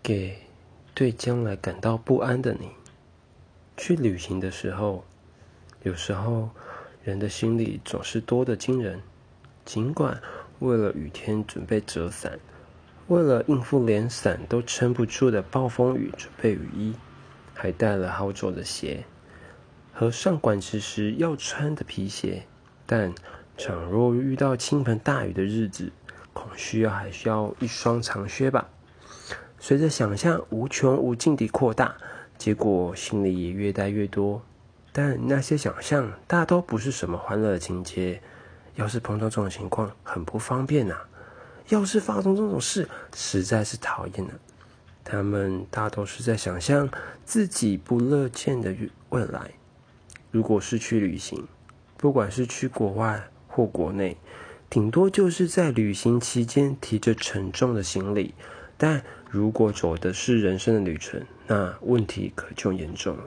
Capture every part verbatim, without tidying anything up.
给对将来感到不安的你。去旅行的时候，有时候人的心里总是多得惊人。尽管为了雨天准备折伞，为了应付连伞都撑不住的暴风雨准备雨衣，还带了好久的鞋和上馆子时要穿的皮鞋，但倘若遇到倾盆大雨的日子，恐需要还需要一双长靴吧。随着想象无穷无尽地扩大，结果心里也越带越多。但那些想象大都不是什么欢乐的情节，要是碰到这种情况很不方便啊，要是发生这种事实在是讨厌啊。他们大都是在想象自己不乐见的未来。如果是去旅行，不管是去国外或国内，顶多就是在旅行期间提着沉重的行李，但如果走的是人生的旅程，那问题可就严重了。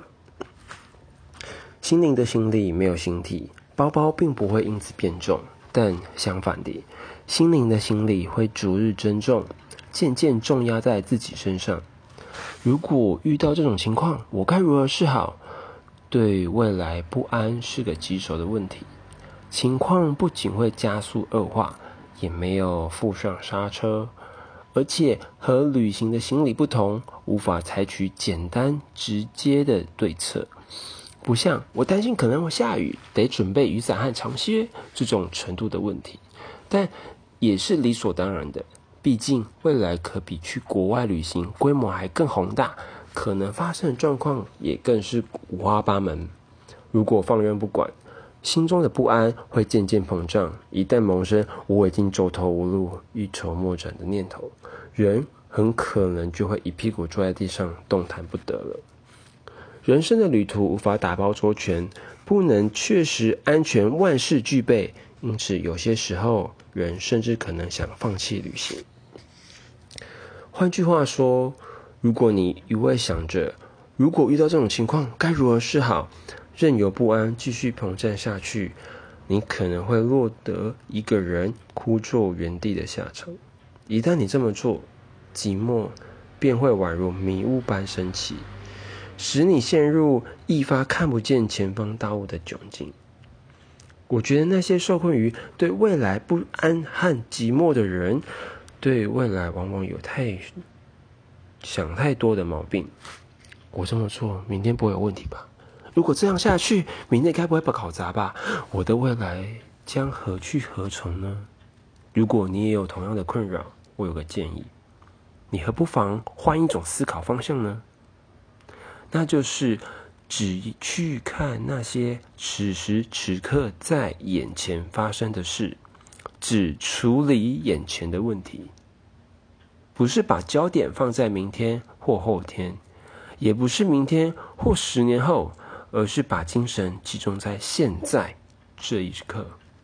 心灵的行李没有形体，包包并不会因此变重，但相反地，心灵的行李会逐日增重，渐渐重压在自己身上。如果遇到这种情况，我该如何是好？对未来不安是个棘手的问题，情况不仅会加速恶化，也没有附上刹车，而且和旅行的行李不同，无法采取简单直接的对策。不像我担心可能会下雨，得准备雨伞和长靴这种程度的问题，但也是理所当然的。毕竟未来可比去国外旅行规模还更宏大，可能发生的状况也更是五花八门。如果放任不管，心中的不安会渐渐膨胀，一旦萌生我已经走投无路、一筹莫展的念头，人很可能就会一屁股坐在地上，动弹不得了。人生的旅途无法打包周全，不能确实安全万事俱备，因此有些时候人甚至可能想放弃旅行。换句话说，如果你一味想着如果遇到这种情况该如何是好，任由不安继续膨胀下去，你可能会落得一个人枯坐原地的下场。一旦你这么做，寂寞便会宛如迷雾般升起，使你陷入一发看不见前方大雾的窘境。我觉得那些受困于对未来不安和寂寞的人，对未来往往有太想太多的毛病。我这么做，明天不会有问题吧？如果这样下去，明天该不会被考砸吧？我的未来将何去何从呢？如果你也有同样的困扰，我有个建议，你何不妨换一种思考方向呢？那就是只去看那些此时此刻在眼前发生的事，只处理眼前的问题，不是把焦点放在明天或后天，也不是明天或十年后，而是把精神集中在现在这一刻。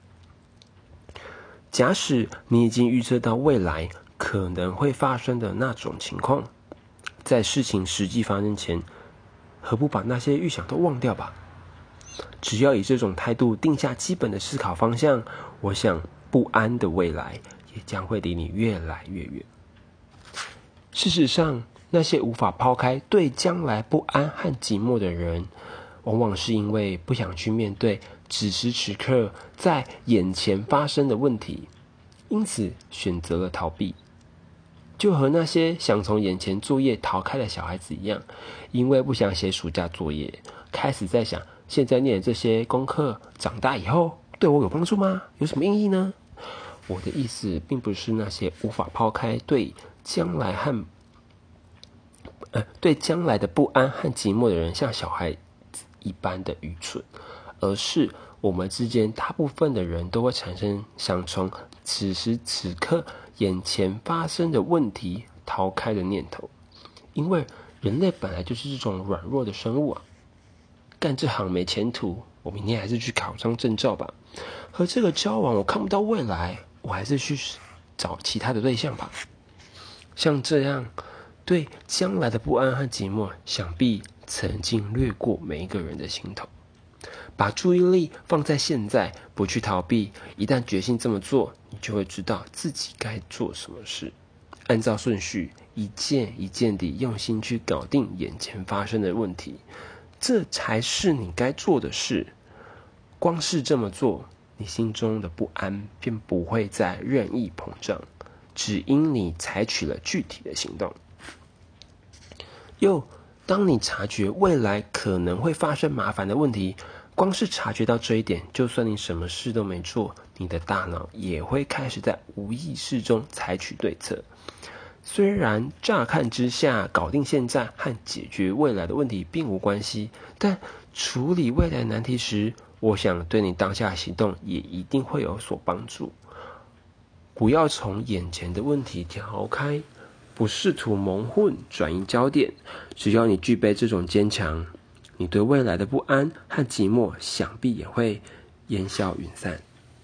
假使你已经预测到未来可能会发生的那种情况，在事情实际发生前，何不把那些预想都忘掉吧？只要以这种态度定下基本的思考方向，我想不安的未来也将会离你越来越远。事实上，那些无法抛开对将来不安和寂寞的人，往往是因为不想去面对此时此刻在眼前发生的问题，因此选择了逃避。就和那些想从眼前作业逃开的小孩子一样，因为不想写暑假作业，开始在想现在念的这些功课长大以后对我有帮助吗？有什么意义呢？我的意思并不是那些无法抛开对将来和呃对将来的不安和寂寞的人像小孩子一般的愚蠢，而是我们之间大部分的人都会产生想从此时此刻眼前发生的问题逃开的念头，因为人类本来就是这种软弱的生物啊。干这行没前途，我明天还是去考张证照吧。和这个交往我看不到未来，我还是去找其他的对象吧。像这样对将来的不安和寂寞，想必曾经掠过每一个人的心头。把注意力放在现在，不去逃避，一旦决心这么做，你就会知道自己该做什么事，按照顺序一件一件地用心去搞定眼前发生的问题，这才是你该做的事。光是这么做，你心中的不安便不会再任意膨胀，只因你采取了具体的行动。又当你察觉未来可能会发生麻烦的问题，光是察觉到这一点，就算你什么事都没做，你的大脑也会开始在无意识中采取对策。虽然乍看之下搞定现在和解决未来的问题并无关系，但处理未来难题时，我想对你当下行动也一定会有所帮助。不要从眼前的问题逃开，不试图蒙混转移焦点，只要你具备这种坚强，你对未来的不安和寂寞想必也会烟消云散。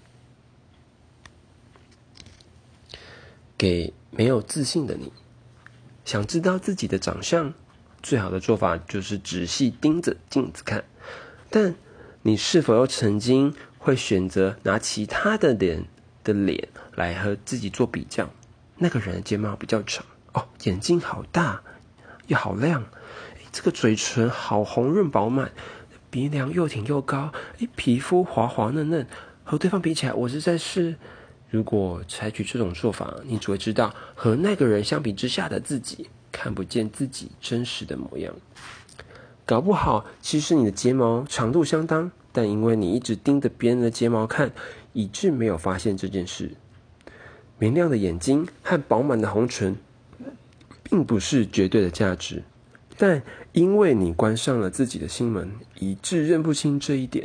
给没有自信的你，想知道自己的长相，最好的做法就是仔细盯着镜子看。但你是否又曾经会选择拿其他的人的脸来和自己做比较？那个人的睫毛比较长，哦，眼睛好大，又好亮，这个嘴唇好红润饱满，鼻梁又挺又高，皮肤滑滑嫩嫩，和对方比起来，我实在是……如果采取这种做法，你只会知道和那个人相比之下的自己，看不见自己真实的模样。搞不好，其实你的睫毛长度相当，但因为你一直盯着别人的睫毛看，以致没有发现这件事。明亮的眼睛和饱满的红唇，并不是绝对的价值，但因为你关上了自己的心门，以致认不清这一点。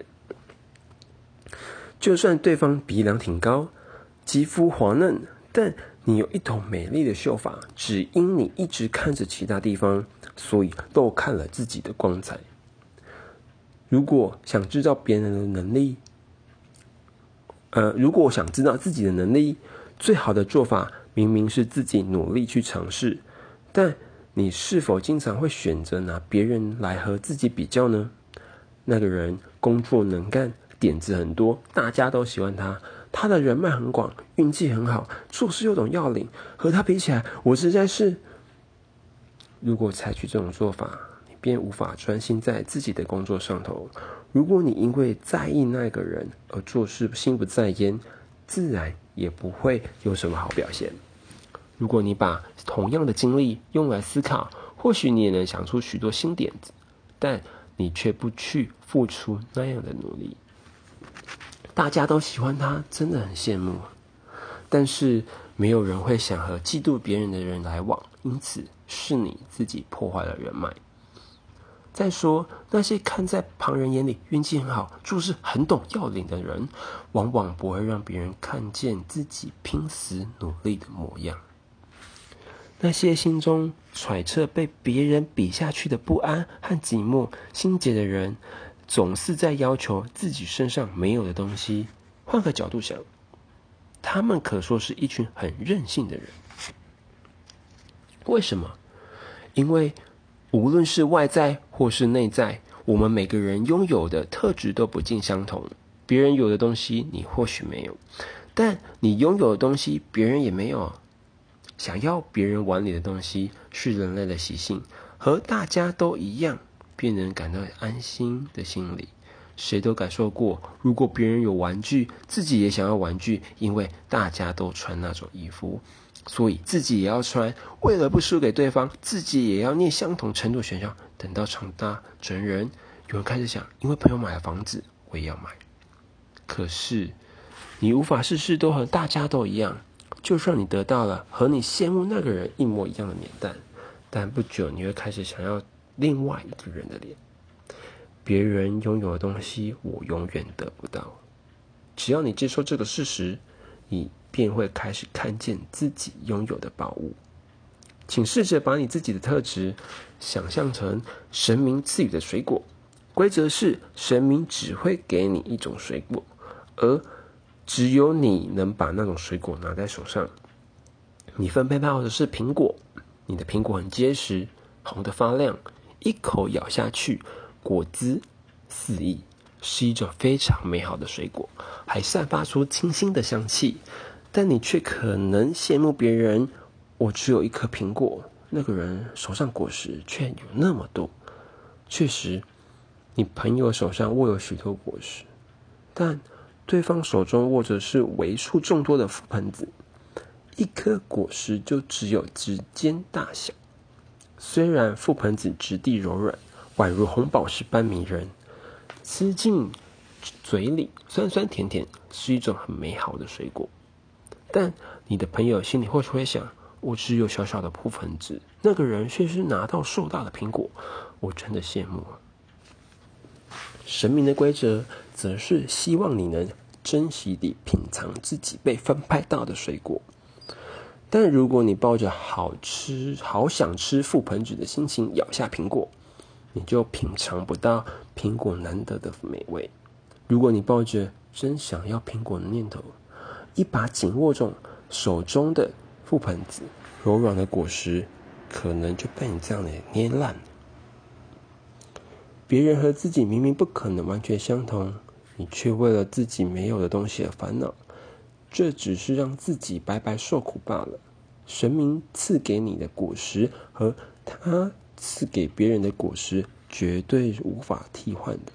就算对方鼻梁挺高，肌肤滑嫩，但你有一头美丽的秀发，只因你一直看着其他地方，所以漏看了自己的光彩。如果想知道别人的能力，呃，如果想知道自己的能力，最好的做法明明是自己努力去尝试，但你是否经常会选择拿别人来和自己比较呢？那个人工作能干，点子很多，大家都喜欢他，他的人脉很广，运气很好，做事又懂要领，和他比起来，我实在是……如果采取这种做法，你便无法专心在自己的工作上头。如果你因为在意那个人而做事心不在焉，自然也不会有什么好表现。如果你把同样的精力用来思考，或许你也能想出许多新点子，但你却不去付出那样的努力。大家都喜欢他，真的很羡慕，但是没有人会想和嫉妒别人的人来往，因此是你自己破坏了人脉。再说，那些看在旁人眼里运气很好、做事很懂要领的人，往往不会让别人看见自己拼死努力的模样。那些心中揣测被别人比下去的不安和寂寞、心结的人，总是在要求自己身上没有的东西。换个角度想，他们可说是一群很任性的人。为什么？因为无论是外在或是内在，我们每个人拥有的特质都不尽相同。别人有的东西你或许没有，但你拥有的东西别人也没有。想要别人碗里的东西是人类的习性，和大家都一样，便能感到安心的心理。谁都感受过，如果别人有玩具，自己也想要玩具，因为大家都穿那种衣服，所以自己也要穿。为了不输给对方，自己也要念相同程度的学校。等到长大成人，有人开始想，因为朋友买了房子，我也要买。可是你无法事事都和大家都一样。就算你得到了和你羡慕那个人一模一样的脸蛋，但不久你会开始想要另外一个人的脸。别人拥有的东西，我永远得不到。只要你接受这个事实，你便会开始看见自己拥有的宝物。请试着把你自己的特质想象成神明赐予的水果，规则是神明只会给你一种水果，而只有你能把那种水果拿在手上。你分配到的是苹果，你的苹果很结实，红得发亮，一口咬下去，果汁四溢，是一种非常美好的水果，还散发出清新的香气。但你却可能羡慕别人，我只有一颗苹果， 那个人手上果实却有那么多。确实，你朋友手上握有许多果实，但对方手中握着是为数众多的覆盆子，一颗果实就只有指尖大小。虽然覆盆子质地柔软，宛如红宝石般迷人，吃进嘴里酸酸甜甜，是一种很美好的水果。但你的朋友心里或许会想，我只有小小的覆盆子，那个人却是拿到硕大的苹果，我真的羡慕啊。神明的规则则是希望你能珍惜地品尝自己被分派到的水果，但如果你抱着好吃好想吃覆盆子的心情咬下苹果，你就品尝不到苹果难得的美味。如果你抱着真想要苹果的念头，一把紧握中手中的覆盆子，柔软的果实可能就被你这样的捏烂。别人和自己明明不可能完全相同，你却为了自己没有的东西而烦恼，这只是让自己白白受苦罢了。神明赐给你的果实和他赐给别人的果实绝对无法替换的，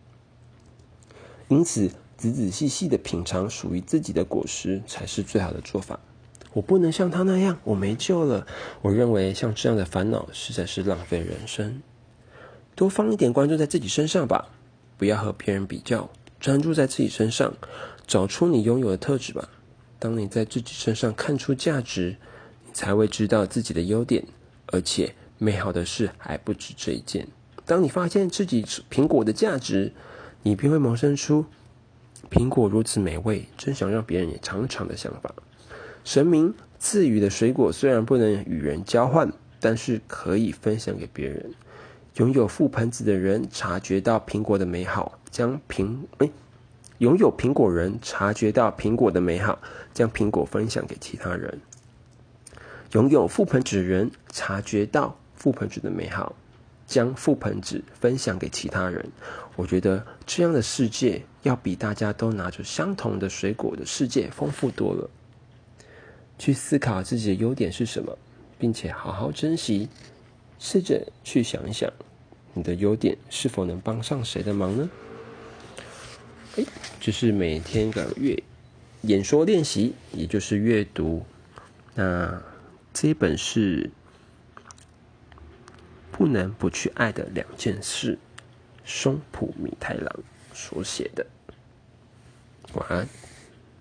因此仔仔细细的品尝属于自己的果实才是最好的做法。我不能像他那样，我没救了。我认为像这样的烦恼实在是浪费人生。多放一点关注在自己身上吧，不要和别人比较，专注在自己身上，找出你拥有的特质吧。当你在自己身上看出价值，你才会知道自己的优点，而且美好的事还不止这一件。当你发现自己苹果的价值，你便会萌生出苹果如此美味，真想让别人也尝尝的想法。神明赐予的水果虽然不能与人交换，但是可以分享给别人。拥有覆盆子的人察觉到苹果的美好，将苹诶拥有苹果人察觉到苹果的美好，将苹果分享给其他人。拥有覆盆子的人察觉到覆盆子的美好，将覆盆子分享给其他人。我觉得这样的世界要比大家都拿着相同的水果的世界丰富多了。去思考自己的优点是什么，并且好好珍惜，试着去想一想，你的优点是否能帮上谁的忙呢？诶，这是每天的阅演说练习，也就是阅读。那这一本是不能不去爱的两件事，松浦弥太郎所写的。晚安。